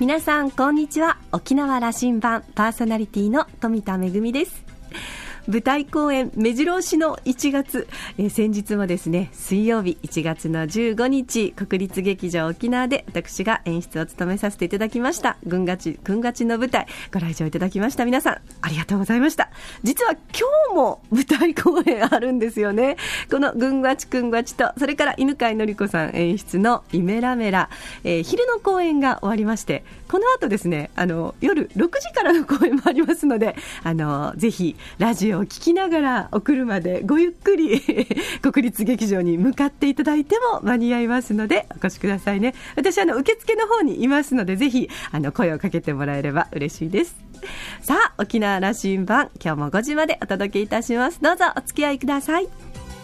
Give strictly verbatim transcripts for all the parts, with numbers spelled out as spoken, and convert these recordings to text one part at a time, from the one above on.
皆さんこんにちは。沖縄羅針盤パーソナリティの富田恵です。舞台公演目白押しのいちがつ、えー、先日もですね、水曜日いちがつのじゅうごにち国立劇場沖縄で私が演出を務めさせていただきました軍がち軍がちの舞台、ご来場いただきました皆さんありがとうございました。実は今日も舞台公演あるんですよね。この軍がち軍がちと、それから犬飼のり子さん演出のイメラメラ、えー、昼の公演が終わりまして、この後ですね、あの夜ろくじからの公演もありますので、あのぜひラジオを聞きながらお車でごゆっくり国立劇場に向かっていただいても間に合いますのでお越しくださいね。私あの受付の方にいますので、ぜひあの声をかけてもらえれば嬉しいです。さあ、沖縄羅針盤、今日もごじまでお届けいたします。どうぞお付き合いください。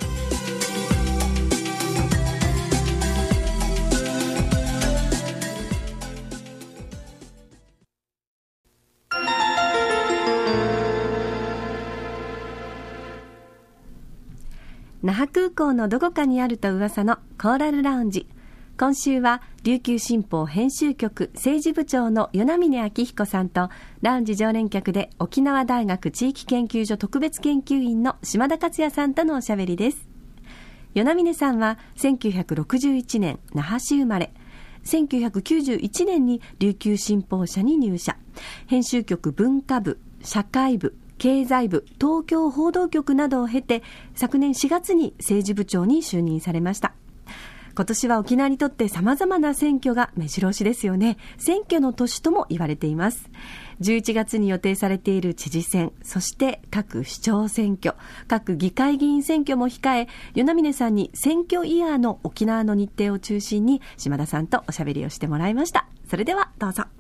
那覇空港のどこかにあると噂のコーラルラウンジ。今週は琉球新報編集局政治部長の与那嶺昭彦さんと、ラウンジ常連客で沖縄大学地域研究所特別研究員の島田克也さんとのおしゃべりです。与那嶺さんはせんきゅうひゃくろくじゅういちねん那覇市生まれ、せんきゅうひゃくきゅうじゅういちねんに琉球新報社に入社、編集局文化部、社会部、経済部、東京報道局などを経て、昨年しがつに政治部長に就任されました。今年は沖縄にとって様々な選挙が目白押しですよね。選挙の年とも言われています。じゅういちがつに予定されている知事選、そして各市長選挙、各議会議員選挙も控え、与那嶺さんに選挙イヤーの沖縄の日程を中心に島田さんとおしゃべりをしてもらいました。それではどうぞ。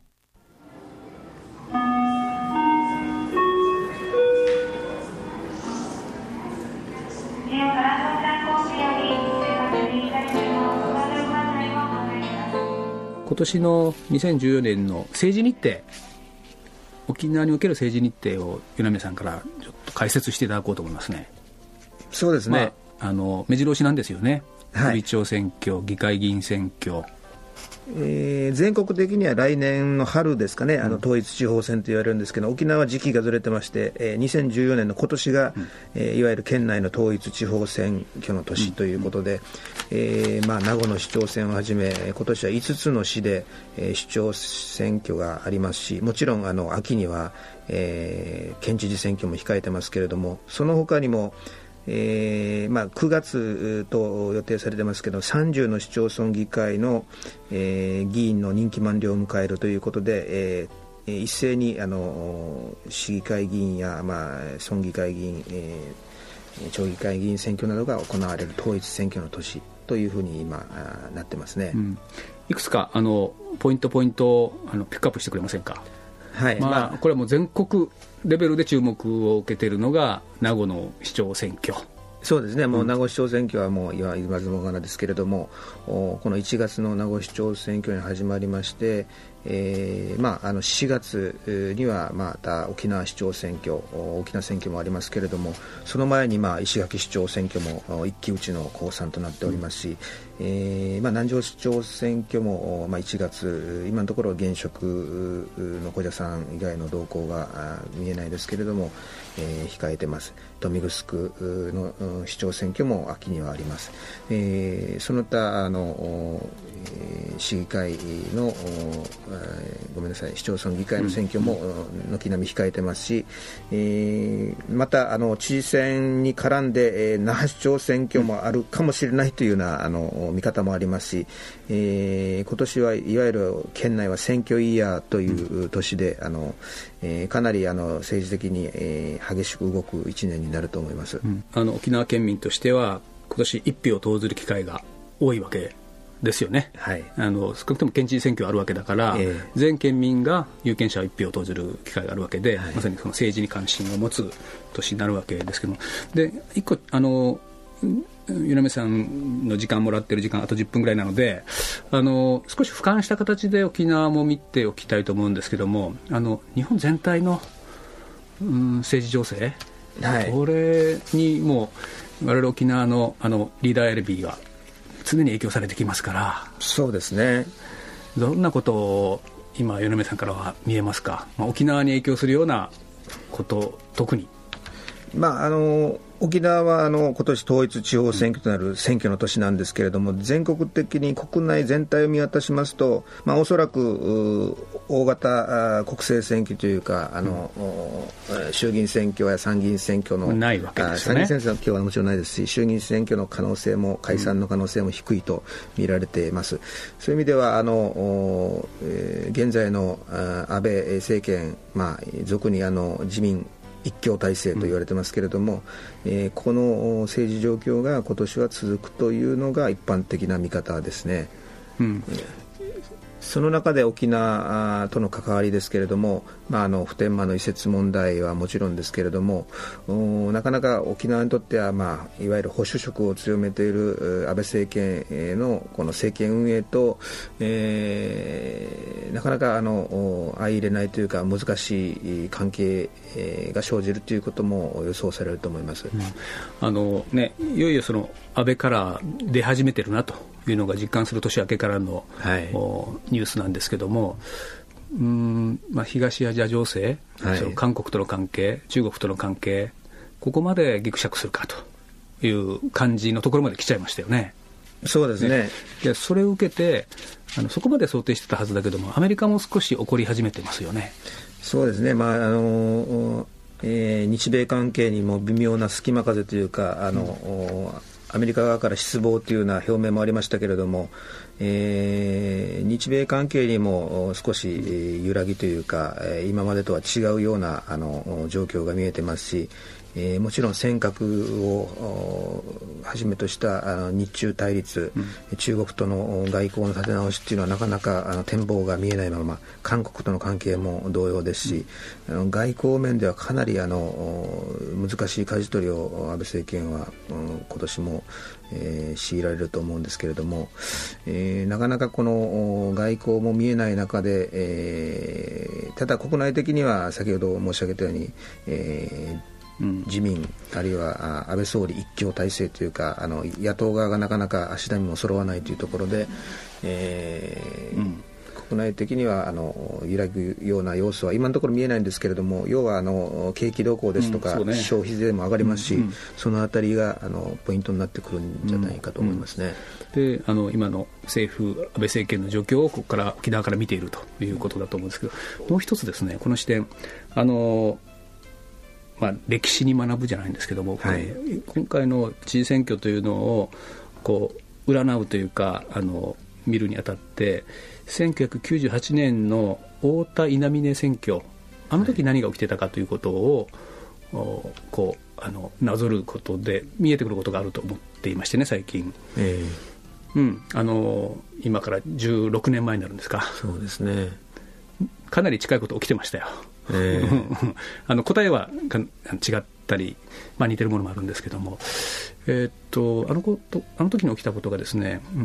今年のにせんじゅうよねんの政治日程、沖縄における政治日程を与那嶺さんからちょっと解説していただこうと思いますね。 そうですね、 まあ、あの目白押しなんですよね。 はい、 首長選挙、議会議員選挙、 えー、全国的には来年の春ですかね、あの統一地方選と言われるんですけど、沖縄は時期がずれてまして、えー、にせんじゅうよねんの今年が、うんえー、いわゆる県内の統一地方選挙の年ということで、うんえーまあ、名護の市長選をはじめ今年はいつつの市で、えー、市長選挙がありますし、もちろんあの秋には、えー、県知事選挙も控えてますけれども、その他にもえーまあ、くがつと予定されてますけど、さんじゅうの市町村議会の、えー、議員の任期満了を迎えるということで、えー、一斉にあの市議会議員や、まあ、村議会議員、えー、町議会議員選挙などが行われる統一選挙の年というふうに今なってますね。うん、 いくつかあのポイントポイントをあのピックアップしてくれませんか。 はいまあまあ、これはもう全国レベルで注目を受けているのが名護の市長選挙。 そうですね、もう名護市長選挙はもう言わずもがなですけれども、このいちがつの名護市長選挙に始まりまして、えーまあ、あのしがつにはまた沖縄市長選挙、沖縄選挙もありますけれども、その前にまあ石垣市長選挙も一騎打ちの公算となっておりますし、うんえーまあ、南城市長選挙も、まあ、いちがつ、今のところ現職の小者さん以外の動向が見えないですけれども、えー、控えてます。豊見城の市長選挙も秋にはあります。えー、その他あの、えー、市議会の、えー、ごめんなさい市町村議会の選挙も軒並み控えてますし、えー、またあの知事選に絡んで、えー、那覇市長選挙もあるかもしれないというようなあの見方もありますし、えー、今年はいわゆる県内は選挙イヤーという年で、あの、えー、かなりあの政治的に、えー、激しく動くいちねんになると思います。うん、 あの沖縄県民としては今年一票を投ずる機会が多いわけですよね。 はい、 あの少なくとも県知事選挙があるわけだから、えー、全県民が有権者を一票を投ずる機会があるわけで、はい、まさにその政治に関心を持つ年になるわけですけども、で一個あの与那嶺さんの時間もらってる時間あとじゅっぷんぐらいなので、あの少し俯瞰した形で沖縄も見ておきたいと思うんですけども、あの日本全体の、うん、政治情勢、はい、これにもう我々沖縄 の, あのリーダー選びが常に影響されてきますから。 そうですね、 どんなことを今米目さんからは見えますか？まあ、沖縄に影響するようなこと特に。 まあ、あの沖縄はあの今年統一地方選挙となる選挙の年なんですけれども、全国的に国内全体を見渡しますと、まあ、おそらく大型国政選挙というかあの、うん、衆議院選挙や参議院選挙のないわけですよね。 参議院選挙はもちろんないですし、衆議院選挙の可能性も解散の可能性も低いと見られています、うん、そういう意味ではあの、えー、現在の安倍政権、まあ、俗にあの自民一強体制と言われてますけれども、うんえー、この政治状況が今年は続くというのが一般的な見方ですね、うんえー、その中で沖縄との関わりですけれども、まあ、あの普天間の移設問題はもちろんですけれども、なかなか沖縄にとっては、まあ、いわゆる保守色を強めている安倍政権のこの政権運営と、えー、なかなかあの相入れないというか難しい関係が生じるということも予想されると思います、うんあのね、いよいよその安倍から出始めてるなというのが実感する年明けからの、はい、ニュースなんですけども、うーん、まあ、東アジア情勢、はい、韓国との関係、中国との関係、ここまでぎくしゃくするかという感じのところまで来ちゃいましたよね。 そうですね。 ねでそれを受けてあのそこまで想定してたはずだけども、アメリカも少し起こり始めてますよね。 そうですね、まああのえー、日米関係にも微妙な隙間風というか、あの、うんアメリカ側から失望というような表明もありましたけれども、えー、日米関係にも少し揺らぎというか、今までとは違うようなあの状況が見えてますし、えー、もちろん尖閣をはじめとしたあの日中対立、うん、中国との外交の立て直しというのはなかなかあの展望が見えないまま、韓国との関係も同様ですし、うん、あの外交面ではかなりあの難しい舵取りを安倍政権は、うん、今年も、えー、強いられると思うんですけれども、えー、なかなかこの外交も見えない中で、えー、ただ国内的には先ほど申し上げたように、えーうん、自民あるいは安倍総理一強体制というか、あの野党側がなかなか足並みも揃わないというところで、えーうん、国内的にはあの揺らぐような要素は今のところ見えないんですけれども、要はあの景気動向ですとか、うんね、消費税も上がりますし、うんうん、そのあたりがあのポイントになってくるんじゃないかと思いますね、 うんうん、であの今の政府安倍政権の状況をここから沖縄から見ているということだと思うんですけど、もう一つですね、この視点あのまあ、歴史に学ぶじゃないんですけども、はい、今回の知事選挙というのをこう占うというかあの見るにあたって、せんきゅうひゃくきゅうじゅうはちねんの太田稲峰選挙、あの時何が起きてたかということを、はい、こうあのなぞることで見えてくることがあると思っていましてね、最近、えーうん、あの今からじゅうろくねんまえになるんですか。 そうですね、 かなり近いこと起きてましたよ。えー、あの答えは違ったり、まあ、似てるものもあるんですけども、えー、っとあのことあの時に起きたことがですね、うん、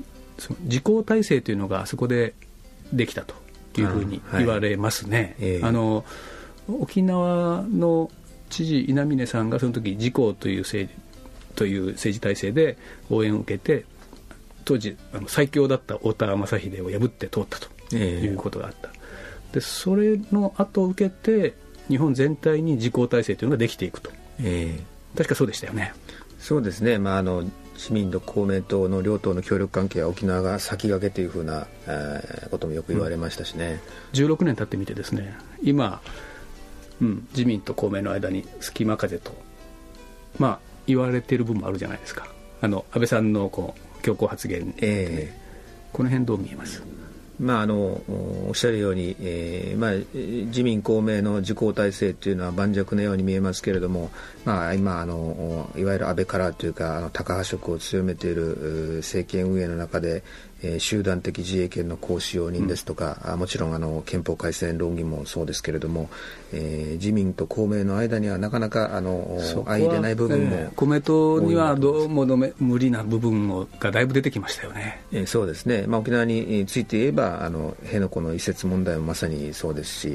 その時効体制というのがあそこでできたというふうに言われますね。はいえー、あの沖縄の知事稲峰さんがその時時効という政治という政治体制で応援を受けて、当時あの最強だった太田正秀を破って通ったということがあった。えーでそれの後を受けて日本全体に時効体制というのができていくと、えー、確かそうでしたよね。 そうですね、まあ、あの自民と公明党の両党の協力関係は沖縄が先駆けというふうな、えー、こともよく言われましたしね、うん、 じゅうろくねん経ってみてですね、今、うん、自民と公明の間に隙間風と、まあ、言われている部分もあるじゃないですか。あの安倍さんのこう強硬発言、ねえー、この辺どう見えます？ まあ、あのおっしゃるように、えーまあ、自民公明の時効体制というのは盤石なように見えますけれども、まあ、今あのいわゆる安倍カラーというかあのタカ派色を強めている政権運営の中で、えー、集団的自衛権の行使容認ですとか、うん、もちろんあの憲法改正論議もそうですけれども、えー、自民と公明の間にはなかなかあの相入れない部分も、えー、 公明党にはどうも無理な部分がだいぶ出てきましたよね。 えー、そうですね、まあ、沖縄について言えばあの辺野古の移設問題もまさにそうですし、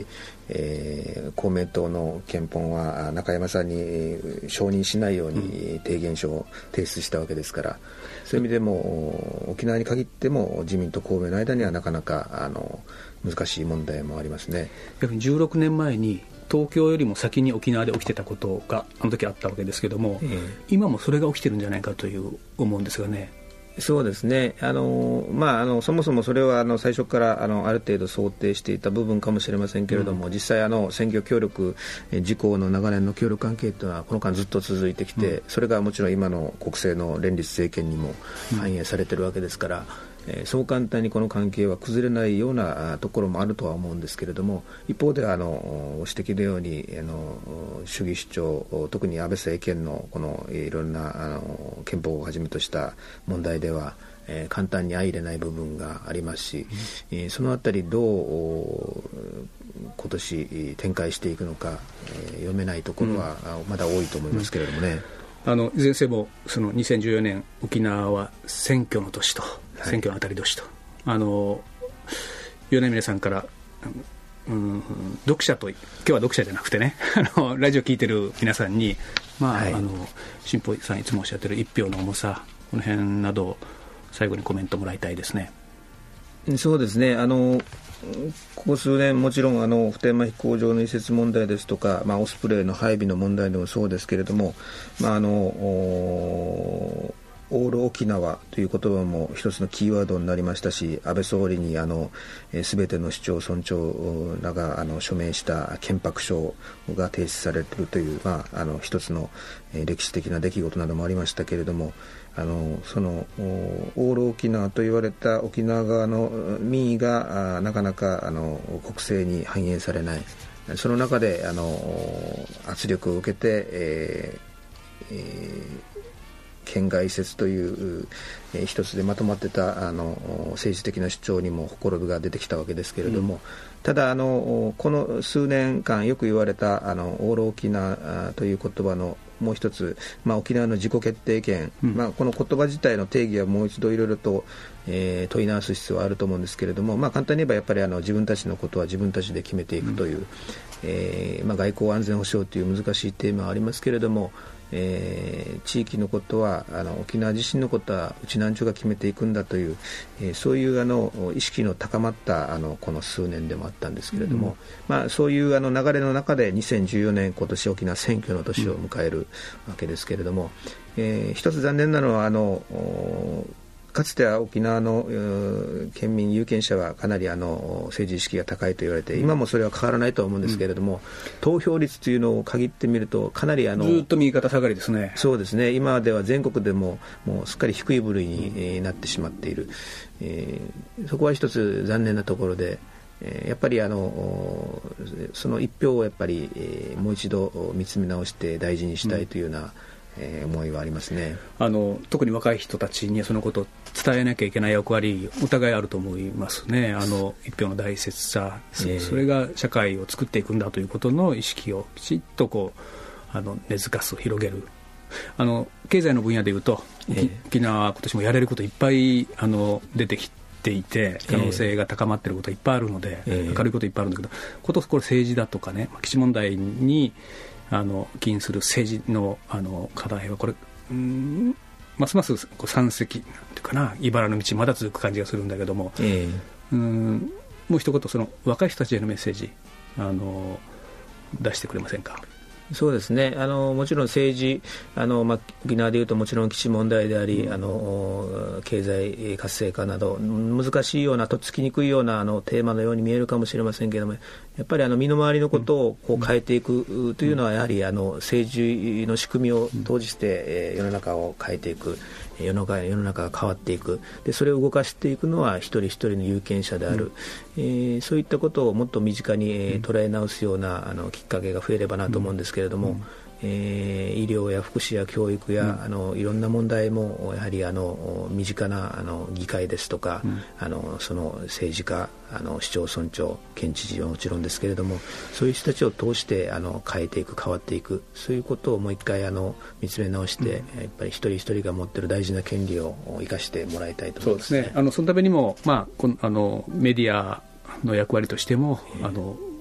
えー、公明党の憲法は中山さんに承認しないように提言書を提出したわけですから、そういう意味でも沖縄に限っても自民と公明の間にはなかなかあの難しい問題もありますね。 逆にじゅうろくねんまえに東京よりも先に沖縄で起きてたことがあの時あったわけですけども、えー、今もそれが起きてるんじゃないかという思うんですがね。 そうですね、あの、まあ、あのそもそもそれはあの最初からあのある程度想定していた部分かもしれませんけれども、うん、実際あの選挙協力自公の長年の協力関係というのはこの間ずっと続いてきて、うん、それがもちろん今の国政の連立政権にも反映されているわけですから、うんえー、そう簡単にこの関係は崩れないようなところもあるとは思うんですけれども、一方であのご指摘のようにあの主義主張、特に安倍政権のこのいろんなあの憲法をはじめとした問題では、えー、簡単に相入れない部分がありますし、うんえー、そのあたりどう今年展開していくのか、えー、読めないところはまだ多いと思いますけれどもね、 うん、あのいずれにせよそのにせんじゅうよねん沖縄は選挙の年と選挙の当たり年と、はい、あの米峰さんから、うん、読者と今日は読者じゃなくてねあのラジオ聞いてる皆さんに、まあはい、あの新保さんいつもおっしゃってる一票の重さ、この辺など最後にコメントもらいたいですね。 そうですね、あのここ数年もちろんあの普天間飛行場の移設問題ですとか、まあ、オスプレイの配備の問題でもそうですけれども、まああのオール沖縄という言葉も一つのキーワードになりましたし、安倍総理にあのすべての市町村長らがあの署名した憲白書が提出されているという、まあ、あの一つの歴史的な出来事などもありましたけれども、あのそのオール沖縄と言われた沖縄側の民意があなかなかあの国政に反映されない、その中であの圧力を受けて、えーえー県外移設という、えー、一つでまとまってたあの政治的な主張にもほころびが出てきたわけですけれども、うん、ただあのこの数年間よく言われたあのオール沖縄という言葉のもう一つ、まあ、沖縄の自己決定権、うんまあ、この言葉自体の定義はもう一度いろいろと、えー、問い直す必要はあると思うんですけれども、まあ、簡単に言えばやっぱりあの自分たちのことは自分たちで決めていくという、うんえーまあ、外交安全保障という難しいテーマはありますけれども、えー、地域のことはあの沖縄自身のことはうちなんちゅうが決めていくんだという、えー、そういうあの意識の高まったあのこの数年でもあったんですけれども、うんまあ、そういうあの流れの中でにせんじゅうよねん今年沖縄選挙の年を迎えるわけですけれども、えー、一つ残念なのはあのかつては沖縄の県民有権者はかなりあの政治意識が高いと言われて、今もそれは変わらないと思うんですけれども、うん、投票率というのを限ってみるとかなりあのずっと右肩下がりですね。 そうですね、今では全国でももうすっかり低い部類になってしまっている、えー、そこは一つ残念なところで、やっぱりあのその一票をやっぱりもう一度見つめ直して大事にしたいというような、うんえー、思いはありますね。 あの特に若い人たちにそのことを伝えなきゃいけない役割お互いあると思いますね。あの一票の大切さ、えー、それが社会を作っていくんだということの意識をきちっとこうあの根付かす、広げる。あの経済の分野でいうと、えー、沖縄は今年もやれることいっぱいあの出てきていて可能性が高まっていることいっぱいあるので、えー、明るいこといっぱいあるんだけど、ことこれ政治だとかね、基地問題にあの起因する政治 の, あの課題はこれうーんますますこう山積なんていうかな、茨の道まだ続く感じがするんだけども、えー、うーんもう一言その若い人たちへのメッセージあの出してくれませんか。 そうですね、あのもちろん政治あの、まあ、沖縄でいうともちろん基地問題であり、うん、あの経済活性化など難しいようなとっつきにくいようなあのテーマのように見えるかもしれませんけれども、やっぱりあの身の回りのことをこう変えていくというのはやはりあの政治の仕組みを通じて、えー、世の中を変えていく、世の中、世の中が変わっていく、でそれを動かしていくのは一人一人の有権者である、うんえー、そういったことをもっと身近に、えー、捉え直すようなあのきっかけが増えればなと思うんですけれども、うんえー、医療や福祉や教育や、うん、あのいろんな問題もやはりあの身近なあの議会ですとか、うん、あのその政治家、あの市町村長、県知事はもちろんですけれども、そういう人たちを通してあの変えていく、変わっていく、そういうことをもう一回あの見つめ直して、うん、やっぱり一人一人が持っている大事な権利を生かしてもらいたいと思います、ね。そうですね、あのそのためにも、まあ、このあのメディアの役割としても、えー、あの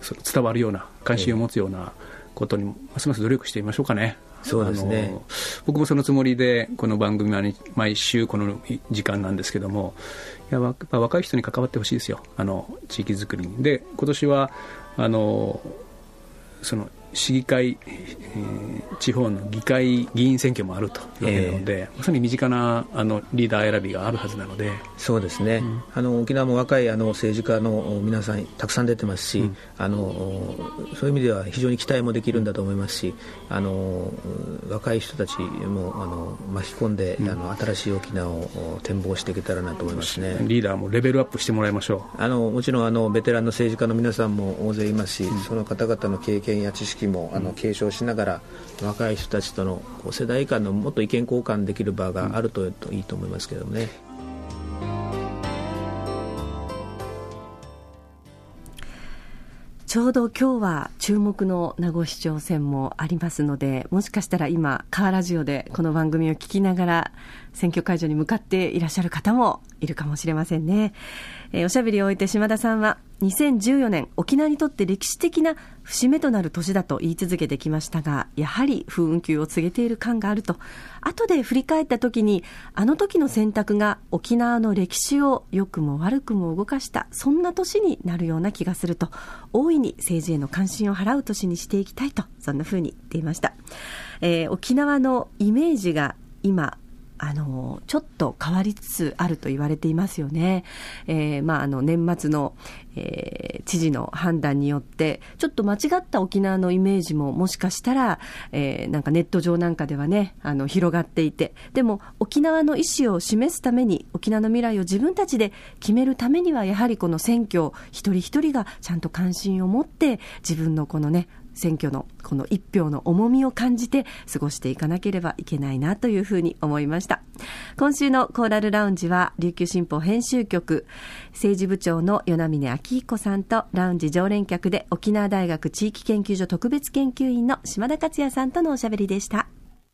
その伝わるような関心を持つようなことにますます努力してみましょうかね。 そうですね、 僕もそのつもりでこの番組は毎週この時間なんですけども、いややっぱ若い人に関わってほしいですよ、あの地域づくりに。で今年はあのその市議会、えー、地方の議会議員選挙もあるというわけなので、えー、まさに身近なあのリーダー選びがあるはずなので。 そうですね、うん、あの沖縄も若いあの政治家の皆さんたくさん出てますし、うん、あのそういう意味では非常に期待もできるんだと思いますし、あの若い人たちもあの巻き込んで、うん、あの新しい沖縄を展望していけたらなと思いますね。 リーダーもレベルアップしてもらいましょう。あのもちろんあのベテランの政治家の皆さんも大勢いますし、うん、その方々の経験や知識もあの継承しながら、うん、若い人たちとのこう世代間のもっと意見交換できる場があるといいと思いますけどね。 ちょうど今日は注目の名護市長選もありますので、もしかしたら今カーラジオでこの番組を聞きながら選挙会場に向かっていらっしゃる方もいるかもしれませんね。えー、おしゃべりを終えて島田さんはにせんじゅうよねん沖縄にとって歴史的な節目となる年だと言い続けてきましたが、やはり不運休を告げている感があると。後で振り返った時にあの時の選択が沖縄の歴史を良くも悪くも動かした、そんな年になるような気がすると、大いに政治への関心を払う年にしていきたいと、そんな風に言っていました。えー、沖縄のイメージが今あのちょっと変わりつつあると言われていますよね。えーまあ、あの年末の、えー、知事の判断によってちょっと間違った沖縄のイメージももしかしたら、えー、なんかネット上なんかではねあの広がっていて、でも沖縄の意思を示すために、沖縄の未来を自分たちで決めるためには、やはりこの選挙一人一人がちゃんと関心を持って自分のこのね選挙のこの一票の重みを感じて過ごしていかなければいけないなというふうに思いました。今週のコーラルラウンジは琉球新報編集局政治部長の与那嶺昭彦さんと、ラウンジ常連客で沖縄大学地域研究所特別研究員の島田克也さんとのおしゃべりでした。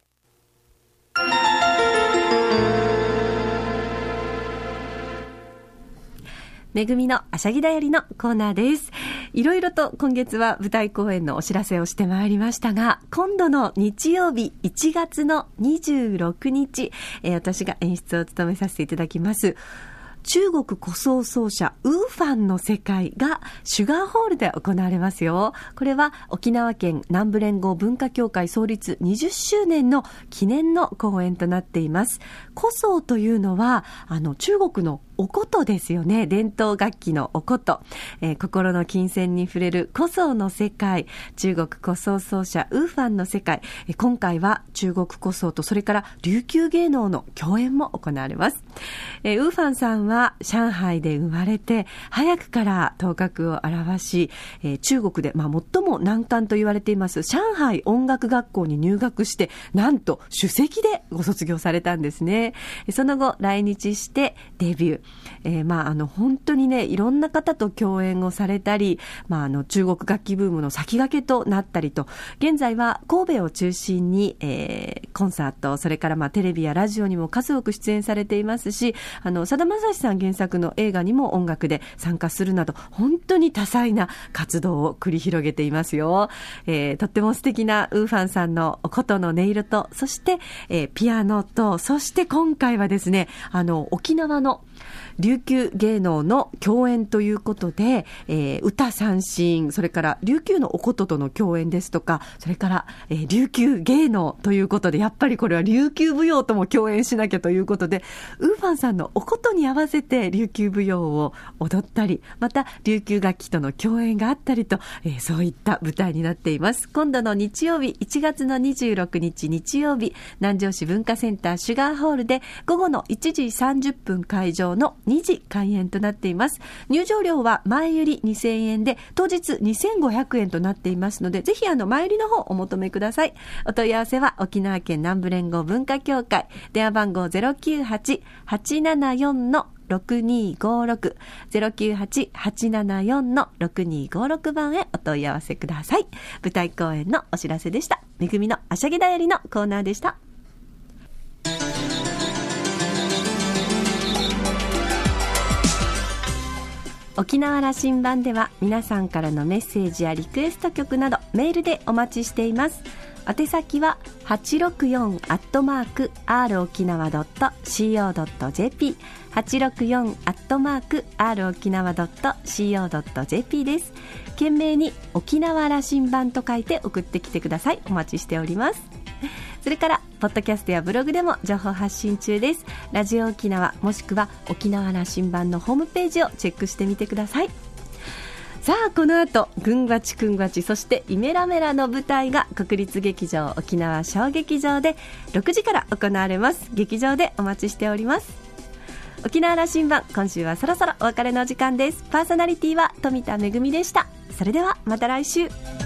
めぐみのあしゃぎだよりのコーナーです。いろいろと今月は舞台公演のお知らせをしてまいりましたが、今度の日曜日いちがつのにじゅうろくにち、えー、私が演出を務めさせていただきます中国古装奏者ウーファンの世界がシュガーホールで行われますよ。これは沖縄県南部連合文化協会創立にじゅっしゅうねんの記念の公演となっています。古装というのはあの中国のお琴ですよね。伝統楽器のお琴、えー、心の金銭に触れる古装の世界、中国古装奏者ウーファンの世界、えー、今回は中国古装とそれから琉球芸能の共演も行われます。えー、ウーファンさんは上海で生まれて早くから頭角を現し、えー、中国で、まあ、最も難関と言われています上海音楽学校に入学して、なんと首席でご卒業されたんですね。その後来日してデビュー、えー、まああの本当にねいろんな方と共演をされたり、まあ、あの中国楽器ブームの先駆けとなったりと、現在は神戸を中心に、えー、コンサート、それからまあテレビやラジオにも数多く出演されていますし、あのさだまさしさん原作の映画にも音楽で参加するなど本当に多彩な活動を繰り広げていますよ。えー、とっても素敵なウーファンさんのお琴の音色と、そして、えー、ピアノと、そして今回はですねあの沖縄の琉球芸能の共演ということで、えー、歌三線、それから琉球のお琴との共演ですとか、それから、えー、琉球芸能ということで、やっぱりこれは琉球舞踊とも共演しなきゃということで、ウーファンさんのお琴に合わせて琉球舞踊を踊ったり、また琉球楽器との共演があったりと、えー、そういった舞台になっています。今度の日曜日いちがつのにじゅうろくにち日曜日、南城市文化センターシュガーホールで午後のいちじさんじゅっぷん会場のにじ開演となっています。入場料は前売りにせんえんで当日にせんごひゃくえんとなっていますので、ぜひあの前売りの方お求めください。お問い合わせは沖縄県南部連合文化協会、電話番号 ゼロきゅうはち はちななよん ろくにごろく ゼロきゅうはち はちななよん ろくにごろく 番へお問い合わせください。舞台公演のお知らせでした。めぐみのあしゃぎだよりのコーナーでした。 沖縄羅針盤では皆さんからのメッセージやリクエスト曲などメールでお待ちしています。宛先は はちろくよん アットマーク アール 沖縄 ドット シーオー ドット ジェーピー はちろくよん アットマーク アール 沖縄 ドット シーオー ドット ジェーピー です。懸命に沖縄羅針盤と書いて送ってきてください。お待ちしております。それからポッドキャストやブログでも情報発信中です。ラジオ沖縄もしくは沖縄羅針盤のホームページをチェックしてみてください。さあこの後ぐんわちくんわちそしてイメラメラの舞台が国立劇場沖縄小劇場でろくじから行われます。劇場でお待ちしております。沖縄羅針盤、今週はそろそろお別れの時間です。パーソナリティは富田恵でした。それではまた来週。